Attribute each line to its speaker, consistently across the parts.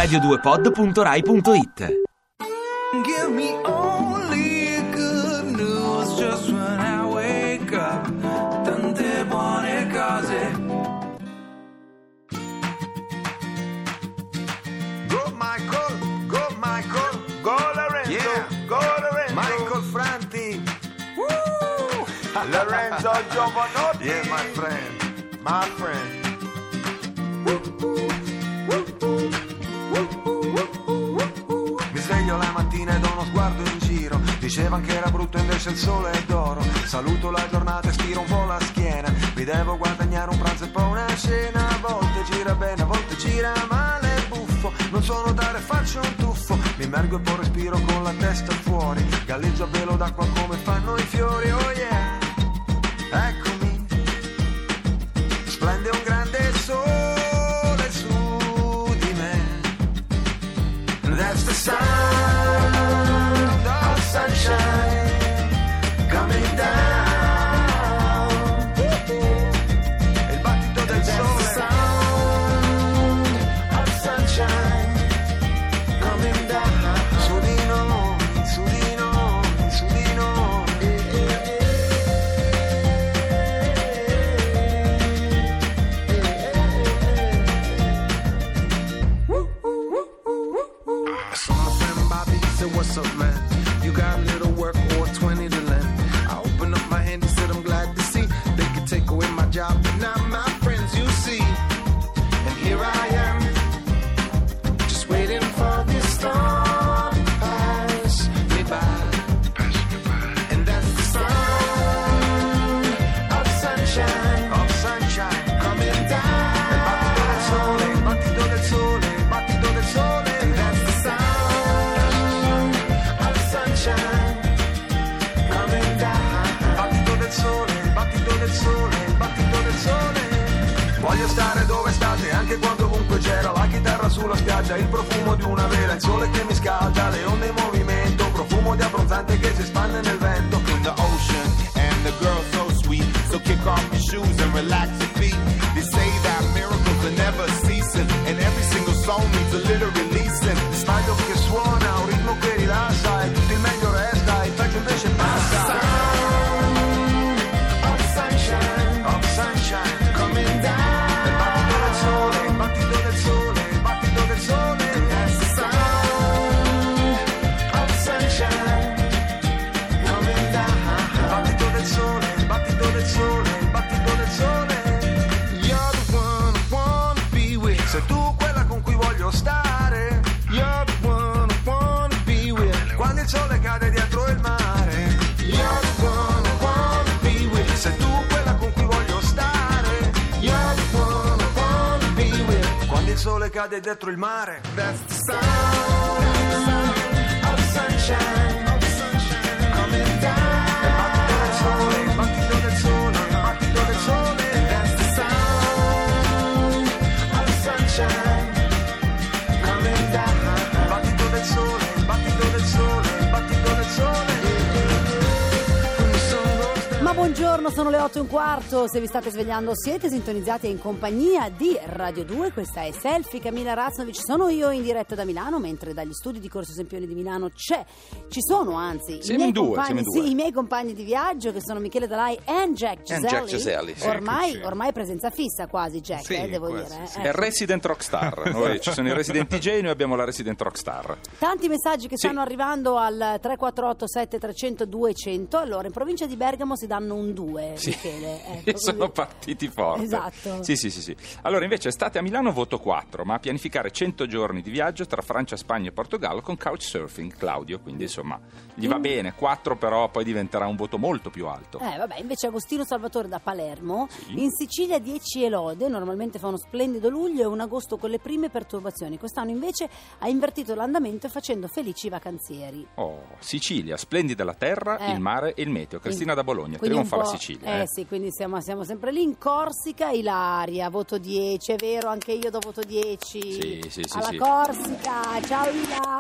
Speaker 1: radio2pod.rai.it.
Speaker 2: Give me only good news just when I wake up. Tante buone cose.
Speaker 3: Go Michael, go Lorenzo,
Speaker 2: Yeah.
Speaker 3: go Lorenzo.
Speaker 2: Michael Franti.
Speaker 3: Lorenzo Giovanotti.
Speaker 2: Yeah, my friend. Mi sveglio la mattina e do uno sguardo in giro. Dicevano che era brutto, invece il sole è d'oro. Saluto la giornata e stiro un po' la schiena. Mi devo guadagnare un pranzo e poi una cena. A volte gira bene, a volte gira male, è buffo. Non so nuotare, faccio un tuffo. Mi immergo e poi respiro con la testa fuori. Galleggio a velo d'acqua come fanno i fiori. Oh yeah, eccomi. Splende un grande sole su di me. That's the sound of sunshine coming down. Il battito del sole. That's the sound of sunshine coming down. Su di noi, su di noi, su di noi.
Speaker 4: So my friend Bobby said, what's up, man? You got a little work or 20 to lend. I opened up my hand, he said, I'm glad to see they could take away my job, but not my friends, you see. And here I am, just waiting for this storm to pass me by. And that's the sound of sunshine
Speaker 2: Of sunshine.
Speaker 4: coming down.
Speaker 2: Il battito del sole, il battito del sole.
Speaker 4: And that's the sound of sunshine coming down.
Speaker 2: Il battito del sole, il battito del sole, il battito del sole. Voglio stare dove state, anche quando ovunque c'era la chitarra sulla spiaggia, il profumo di una vela, il sole che mi scalda, le onde in movimento, profumo di abbronzante che si spande nel vento.
Speaker 5: In the ocean, and the girl so sweet. So kick off your shoes and relax your feet. They say that miracles are never ceasing, and every single song needs a little releasing.
Speaker 2: Sbaglio che suona, un ritmo che rilassa, e tutto il meglio resta, il peggio invece passa.
Speaker 4: Of sunshine
Speaker 2: Of sunshine,
Speaker 4: coming down.
Speaker 2: il battito del sole, il battito del sole, il battito del sole.
Speaker 4: That's the sound of sunshine coming down.
Speaker 2: Il battito del sole, il battito del sole, il battito del sole.
Speaker 4: You're the one I wanna be with.
Speaker 2: Sei tu quella con cui voglio stare,
Speaker 4: You're the one I wanna be with.
Speaker 2: quando il sole cade dietro il mare.
Speaker 4: You're the one I wanna be with.
Speaker 2: Sei tu quella con cui voglio stare,
Speaker 4: You're the one I wanna be with.
Speaker 2: quando il sole cade dietro il mare.
Speaker 4: That's the sound of sunshine coming down.
Speaker 2: Il battito del sole, il battito del sole, il battito del sole.
Speaker 4: That's the sound of sunshine coming down.
Speaker 2: Il battito del sole, il battito del sole, il battito del sole.
Speaker 6: Ma buongiorno, sono le 8:15. Se vi state svegliando siete sintonizzati e in compagnia di Radio 2. Questa è Selfie, Camilla Raznovic. Sono io in diretta da Milano, mentre dagli studi di Corso Sempioni di Milano ci sono anzi i
Speaker 7: Siamo
Speaker 6: miei
Speaker 7: in due,
Speaker 6: compagni,
Speaker 7: siamo in due.
Speaker 6: sì, i miei compagni di viaggio, che sono Michele Dalai e Jack Giselli.
Speaker 7: Giselli, sì.
Speaker 6: Ormai presenza fissa quasi, Jack,
Speaker 7: Sì,
Speaker 6: devo
Speaker 7: quasi,
Speaker 6: dire.
Speaker 7: sì.
Speaker 6: Ecco.
Speaker 7: È Resident Rockstar. Noi, ci sono i Resident DJ, noi abbiamo la Resident Rockstar.
Speaker 6: Tanti messaggi che
Speaker 7: Sì.
Speaker 6: stanno arrivando al 348 7300 200. Allora, in provincia di Bergamo si danno un 2,
Speaker 7: Sì.
Speaker 6: Michele. Ecco,
Speaker 7: Sono
Speaker 6: così.
Speaker 7: partiti forte.
Speaker 6: Esatto.
Speaker 7: Sì. Allora, invece, estate a Milano voto 4, ma a pianificare 100 giorni di viaggio tra Francia, Spagna e Portogallo con couchsurfing, Claudio. Quindi, insomma, gli va bene. 4 però poi diventerà un voto molto più alto.
Speaker 6: Vabbè, invece Agostino Salvatore da Palermo,
Speaker 7: Sì.
Speaker 6: in Sicilia 10 e lode, normalmente fa uno splendido luglio e un agosto con le prime perturbazioni. Quest'anno invece ha invertito l'andamento facendo felici i vacanzieri.
Speaker 7: Oh, Sicilia, splendida la terra, il mare e il meteo. Cristina da Bologna,
Speaker 6: Quindi
Speaker 7: trionfa
Speaker 6: un
Speaker 7: la
Speaker 6: po'-
Speaker 7: Sicilia.
Speaker 6: Sì, quindi siamo sempre lì. In Corsica, Ilaria, voto 10, è vero, anche io do voto 10.
Speaker 7: Sì.
Speaker 6: Alla Corsica, ciao Ila.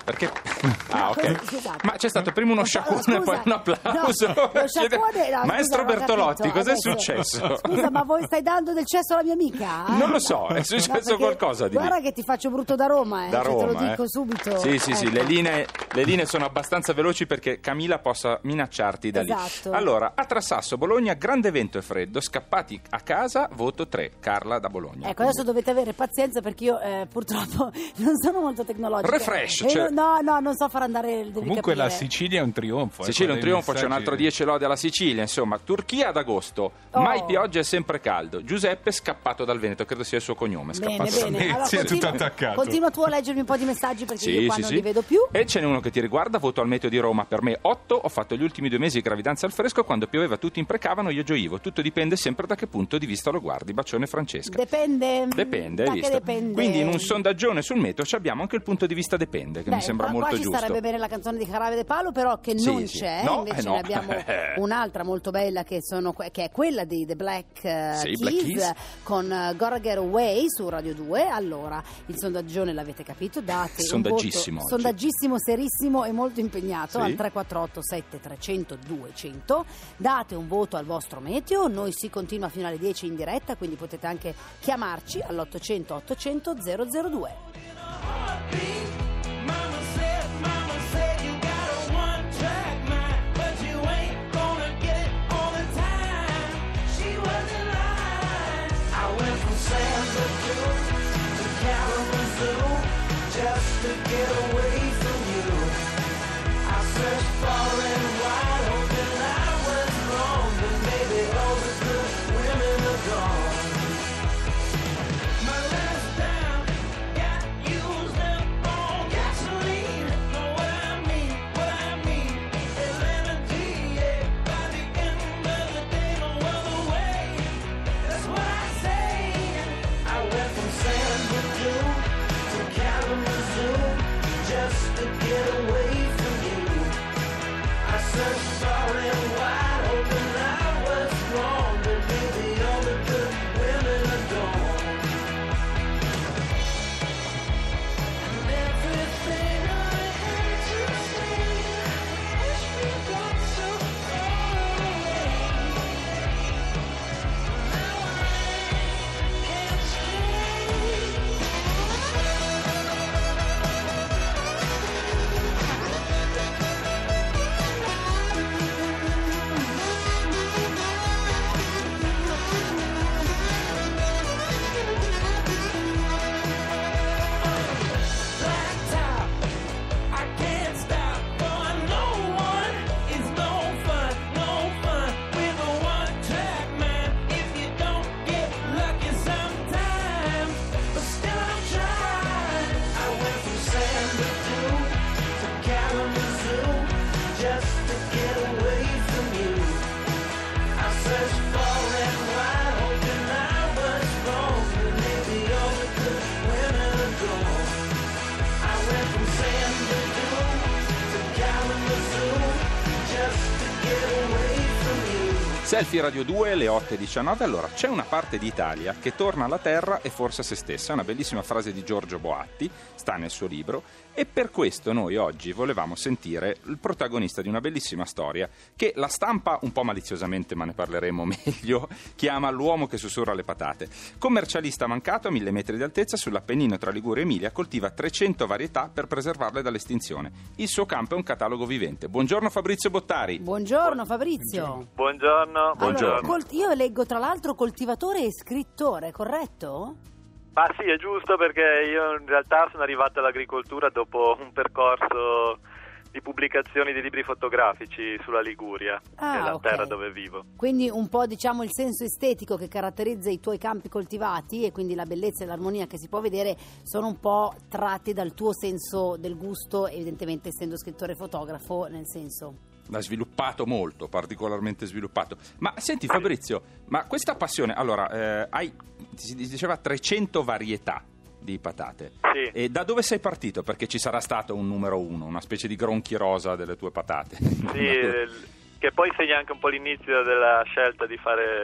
Speaker 7: Perché... Ah, ok.
Speaker 6: Scusate.
Speaker 7: Ma c'è stato prima uno sciacquone e poi un applauso.
Speaker 6: No, lo sciacquone, no,
Speaker 7: Maestro
Speaker 6: scusa, non ho
Speaker 7: Bertolotti,
Speaker 6: capito.
Speaker 7: cos'è
Speaker 6: Adesso-
Speaker 7: successo?
Speaker 6: Scusa, ma voi stai dando del cesso alla mia amica?
Speaker 7: Non lo so, è successo
Speaker 6: perché
Speaker 7: qualcosa di lì.
Speaker 6: Guarda che ti faccio brutto da Roma,
Speaker 7: Da
Speaker 6: cioè, te
Speaker 7: Roma,
Speaker 6: lo dico subito.
Speaker 7: Sì,
Speaker 6: Ecco.
Speaker 7: le linee sono abbastanza veloci perché Camilla possa minacciarti da lì.
Speaker 6: Esatto.
Speaker 7: Allora, a Trassasso, Bologna, grande vento e freddo, scappati a casa, voto 3, Carla da Bologna.
Speaker 6: Ecco, adesso dovete avere pazienza perché io purtroppo non sono molto tecnologica.
Speaker 7: Refresh,
Speaker 6: E
Speaker 7: cioè-
Speaker 6: no, non so far andare, devi
Speaker 1: Comunque la
Speaker 6: capire.
Speaker 1: Sicilia è un trionfo.
Speaker 7: Sicilia è un
Speaker 1: con dei
Speaker 7: trionfo, c'è un
Speaker 1: messaggi-
Speaker 7: altro 10 lode alla Sicilia, insomma. Turchia ad agosto,
Speaker 6: Oh.
Speaker 7: mai pioggia e sempre caldo. Giuseppe scappato dal Veneto, credo sia il suo cognome.
Speaker 6: Bene,
Speaker 7: Scappato dal
Speaker 6: bene.
Speaker 7: Veneto.
Speaker 6: Allora,
Speaker 1: Sì, è tutto attaccato.
Speaker 6: continua tu a leggermi un po' di messaggi perché io qua non li vedo più.
Speaker 7: E ce n'è uno che ti riguarda, voto al meteo di Roma, per me 8, ho fatto gli ultimi 2 mesi di gravidanza al fresco, quando pioveva tutti imprecavano, io gioivo, tutto dipende sempre da che punto di vista lo guardi. Bacione Francesca.
Speaker 6: Dipende.
Speaker 7: Dipende,
Speaker 6: Da
Speaker 7: hai
Speaker 6: che
Speaker 7: visto?
Speaker 6: dipende?
Speaker 7: Quindi in un sondaggione sul meteo ci abbiamo anche il punto di vista dipende, che mi sembra
Speaker 6: qua
Speaker 7: molto
Speaker 6: ci
Speaker 7: giusto.
Speaker 6: sarebbe bene la canzone di Carave De Palo, però che
Speaker 7: Sì,
Speaker 6: non
Speaker 7: sì.
Speaker 6: c'è.
Speaker 7: No,
Speaker 6: Invece
Speaker 7: no.
Speaker 6: ne abbiamo un'altra molto bella che è quella di The Black
Speaker 7: Sì, Black Keys.
Speaker 6: con Gotta Get Away su Radio 2. Allora, il sondaggione l'avete capito? Date
Speaker 7: Sondaggissimo
Speaker 6: un voto,
Speaker 7: oggi.
Speaker 6: sondaggissimo, serissimo e molto impegnato
Speaker 7: Sì.
Speaker 6: al 348 7300 200. Date un voto al vostro meteo. Noi si continua fino alle 10 in diretta, quindi potete anche chiamarci all'800 800 002.
Speaker 8: Mama said you got a one-track mind, but you ain't gonna get it all the time. She wasn't lying. I went from San Francisco to Kalamazoo just to get away from you. I searched far and wide, hoping I was wrong, but maybe all the good women are gone. My last dime got used up on gasoline. Know what I mean? Atlanta, yeah. By the end of the day, no other way. That's what I say. I went from San Francisco to Kalamazoo just to get away from you. I searched far and wide, hoping I was wrong, but maybe all the good women are gone. And everything I had to say, wish we got so far away. Now I can't stay. Black top, I can't stop for no one. It's no fun with a one-track man. If you don't get lucky sometimes, but still I'm trying. I went from San Francisco to Kalamazoo just to get away from you. I searched far and wide, hoping I was wrong, but maybe all the good women are gone. I went from San Francisco to Kalamazoo just to get away from you.
Speaker 7: Selfie Radio 2, le 8:19. Allora, c'è una parte d'Italia che torna alla terra e forse a se stessa. È una bellissima frase di Giorgio Boatti, sta nel suo libro, e per questo noi oggi volevamo sentire il protagonista di una bellissima storia che la stampa, un po' maliziosamente, ma ne parleremo meglio, chiama l'uomo che sussurra le patate. Commercialista mancato a 1000 metri di altezza sull'Appennino tra Liguria e Emilia, coltiva 300 varietà per preservarle dall'estinzione. Il suo campo è un catalogo vivente. Buongiorno Fabrizio Bottari.
Speaker 6: Buongiorno Fabrizio.
Speaker 3: Buongiorno.
Speaker 6: Allora, io leggo tra l'altro coltivatore e scrittore, corretto?
Speaker 3: Ma sì, è giusto, perché io in realtà sono arrivato all'agricoltura dopo un percorso di pubblicazioni di libri fotografici sulla Liguria, che è la
Speaker 6: ok.
Speaker 3: terra dove vivo.
Speaker 6: Quindi un po', diciamo, il senso estetico che caratterizza i tuoi campi coltivati e quindi la bellezza e l'armonia che si può vedere sono un po' tratti dal tuo senso del gusto, evidentemente essendo scrittore e fotografo, nel senso.
Speaker 7: L'ha sviluppato molto, particolarmente sviluppato. Ma senti Fabrizio, ma questa passione, allora, si diceva 300 varietà di patate.
Speaker 3: Sì.
Speaker 7: E da dove sei partito? Perché ci sarà stato un numero uno, una specie di gronchi rosa delle tue patate.
Speaker 3: Sì, che poi segna anche un po' l'inizio della scelta di fare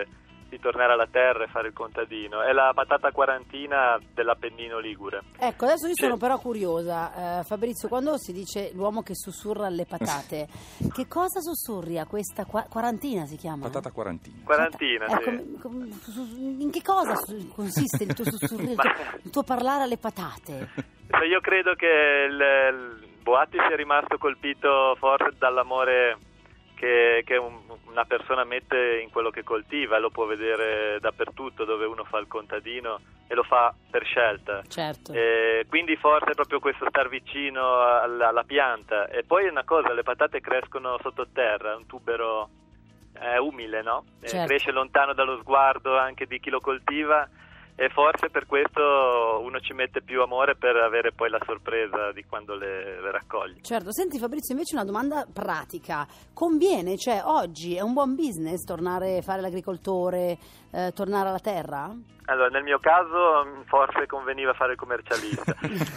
Speaker 3: di tornare alla terra e fare il contadino. È la patata quarantina dell'Appennino ligure.
Speaker 6: Ecco, adesso io sono però curiosa, Fabrizio, quando si dice l'uomo che sussurra alle patate, che cosa sussurri a questa quarantina, si chiama?
Speaker 7: Patata quarantina.
Speaker 3: Quarantina,
Speaker 6: Ecco, in che cosa consiste il tuo sussurro, il tuo parlare alle patate?
Speaker 3: Io credo che il Boatti sia rimasto colpito forse dall'amore che una persona mette in quello che coltiva, e lo può vedere dappertutto dove uno fa il contadino, e lo fa per scelta.
Speaker 6: Certo.
Speaker 3: Quindi forse è proprio questo star vicino alla pianta. E poi è una cosa, le patate crescono sottoterra, è un tubero umile, no?
Speaker 6: Certo.
Speaker 3: Cresce lontano dallo sguardo anche di chi lo coltiva, e forse per questo uno ci mette più amore per avere poi la sorpresa di quando le raccogli.
Speaker 6: Certo, senti Fabrizio, invece una domanda pratica: conviene, cioè oggi è un buon business tornare a fare l'agricoltore, tornare alla terra?
Speaker 3: Allora, nel mio caso forse conveniva fare il commercialista,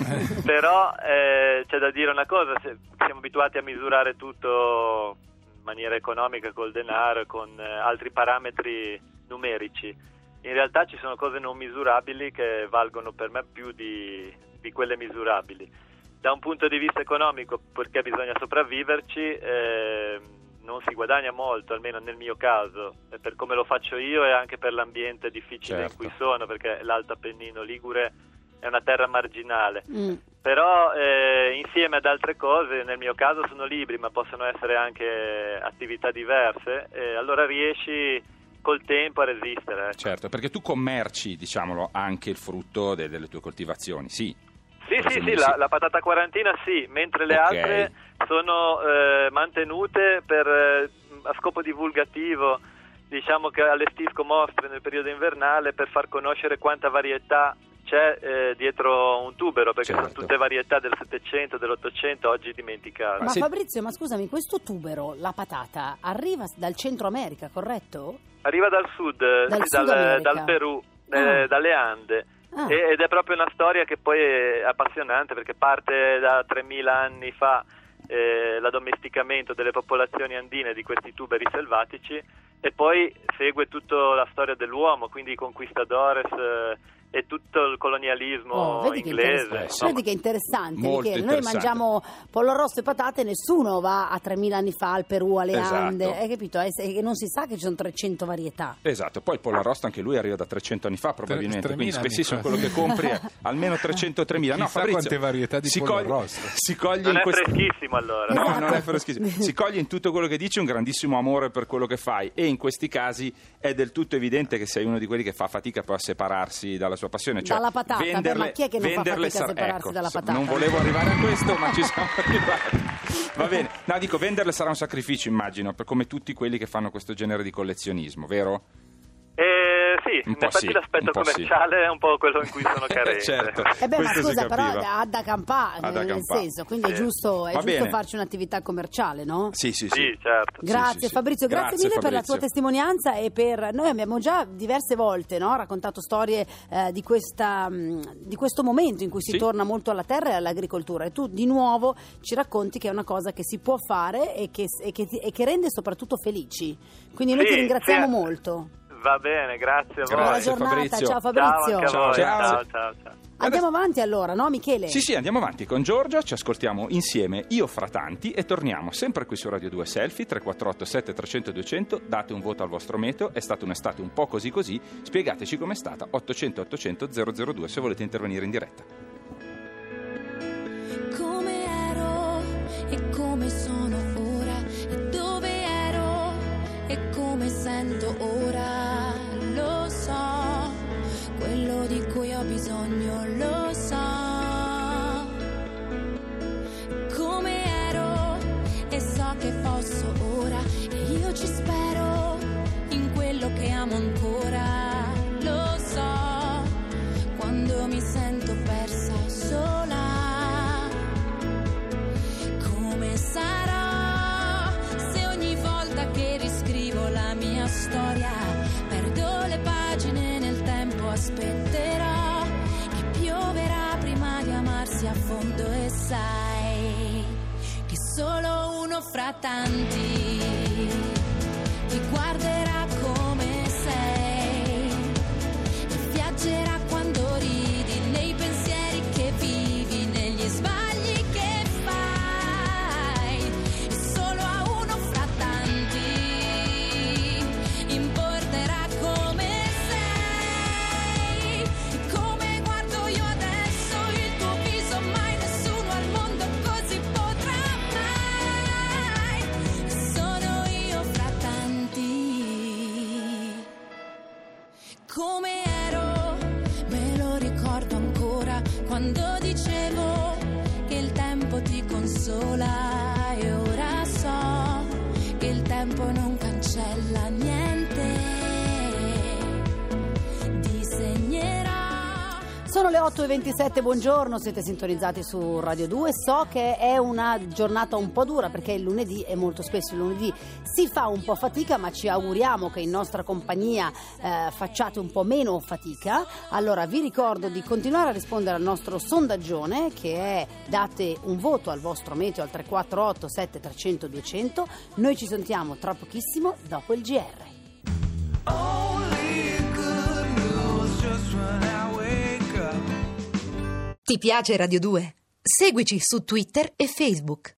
Speaker 3: però c'è da dire una cosa, siamo abituati a misurare tutto in maniera economica col denaro, con altri parametri numerici. In realtà ci sono cose non misurabili che valgono per me più di quelle misurabili. Da un punto di vista economico, perché bisogna sopravviverci, non si guadagna molto, almeno nel mio caso, per come lo faccio io e anche per l'ambiente difficile in cui sono, perché l'Alto Appennino ligure è una terra marginale. Però insieme ad altre cose, nel mio caso sono libri, ma possono essere anche attività diverse, allora riesci col tempo a resistere.
Speaker 7: Certo, perché tu commerci, diciamolo, anche il frutto delle tue coltivazioni, sì.
Speaker 3: Sì, la patata quarantina sì, mentre le altre sono mantenute a scopo divulgativo. Diciamo che allestisco mostre nel periodo invernale per far conoscere quanta varietà c'è dietro un tubero, perché sono tutte varietà del 700, dell'800, oggi dimenticate.
Speaker 6: Ma Fabrizio, ma scusami, questo tubero, la patata, arriva dal Centro America, corretto?
Speaker 3: Arriva dal sud, dal Perù, dalle Ande. Ed è proprio una storia che poi è appassionante, perché parte da 3.000 anni fa l'addomesticamento delle popolazioni andine di questi tuberi selvatici, e poi segue tutta la storia dell'uomo, quindi i conquistadores e tutto il colonialismo inglese.
Speaker 6: Vedi che è interessante,
Speaker 7: Molto
Speaker 6: Michele.
Speaker 7: interessante.
Speaker 6: Noi mangiamo pollo arrosto e patate, nessuno va a 3.000 anni fa al Perù, alle Ande, hai capito? E non si sa che ci sono 300 varietà.
Speaker 7: Esatto, poi il pollo arrosto anche lui arriva da 300 anni fa probabilmente, quindi spessissimo quello che compri è almeno 300-3.000. No, Fabrizio,
Speaker 1: quante varietà di pollo arrosto.
Speaker 7: Si coglie
Speaker 3: non
Speaker 7: in
Speaker 3: è
Speaker 7: questo...
Speaker 3: freschissimo allora.
Speaker 7: No, non è freschissimo. Si coglie in tutto quello che dici un grandissimo amore per quello che fai, e in questi casi è del tutto evidente che sei uno di quelli che fa fatica poi a separarsi dalla sua passione, cioè
Speaker 6: dalla patata. Ma chi è che non fa fatica a separarsi dalla patata?
Speaker 7: Non volevo arrivare a questo, ma ci siamo arrivati. Va bene. No, dico, venderle sarà un sacrificio, immagino, per come tutti quelli che fanno questo genere di collezionismo, vero?
Speaker 3: Sì, in effetti l'aspetto commerciale è un po' quello in cui sono carente.
Speaker 7: Certo.
Speaker 6: Ma scusa, però ha da campare, nel senso, quindi è giusto farci un'attività commerciale, no?
Speaker 7: Sì,
Speaker 3: certo.
Speaker 6: Grazie Fabrizio, grazie mille per la tua testimonianza, e noi abbiamo già diverse volte raccontato storie di questo momento in cui si torna molto alla terra e all'agricoltura, e tu di nuovo ci racconti che è una cosa che si può fare e che rende soprattutto felici, quindi noi ti ringraziamo molto.
Speaker 3: Va bene, grazie a voi.
Speaker 6: Buona giornata,
Speaker 7: Fabrizio.
Speaker 6: ciao Fabrizio.
Speaker 3: Ciao.
Speaker 6: Andiamo avanti allora, no Michele?
Speaker 7: Sì, andiamo avanti con Giorgio, ci ascoltiamo insieme Io fra tanti, e torniamo sempre qui su Radio 2 Selfie, 348 7300 200, date un voto al vostro meteo, è stata un'estate un po' così, spiegateci com'è stata, 800 800 002 se volete intervenire in diretta.
Speaker 9: Come ero e come sono ora, e dove ero e come sento ora, lo so, quello di cui ho bisogno, lo so. Come ero e so che posso ora, e io ci spero in quello che amo ancora, lo so, quando mi sento persa sola. Come sarò se ogni volta che riscrivo la mia storia perdo le pagine nel tempo, aspetterò che pioverà prima di amarsi a fondo, e sai che solo uno fra tanti ti guarderà come sei. come ero, me lo ricordo ancora quando dicevo che il tempo ti consola e ora so che il tempo non cancella niente, disegnerà.
Speaker 6: Sono le 8:27, buongiorno, siete sintonizzati su Radio 2. So che è una giornata un po' dura perché il lunedì, e molto spesso il lunedì si fa un po' fatica, ma ci auguriamo che in nostra compagnia facciate un po' meno fatica. Allora vi ricordo di continuare a rispondere al nostro sondaggione, che è: date un voto al vostro meteo al 348 7300 200. Noi ci sentiamo tra pochissimo dopo il GR.
Speaker 10: Ti piace Radio 2? Seguici su Twitter e Facebook.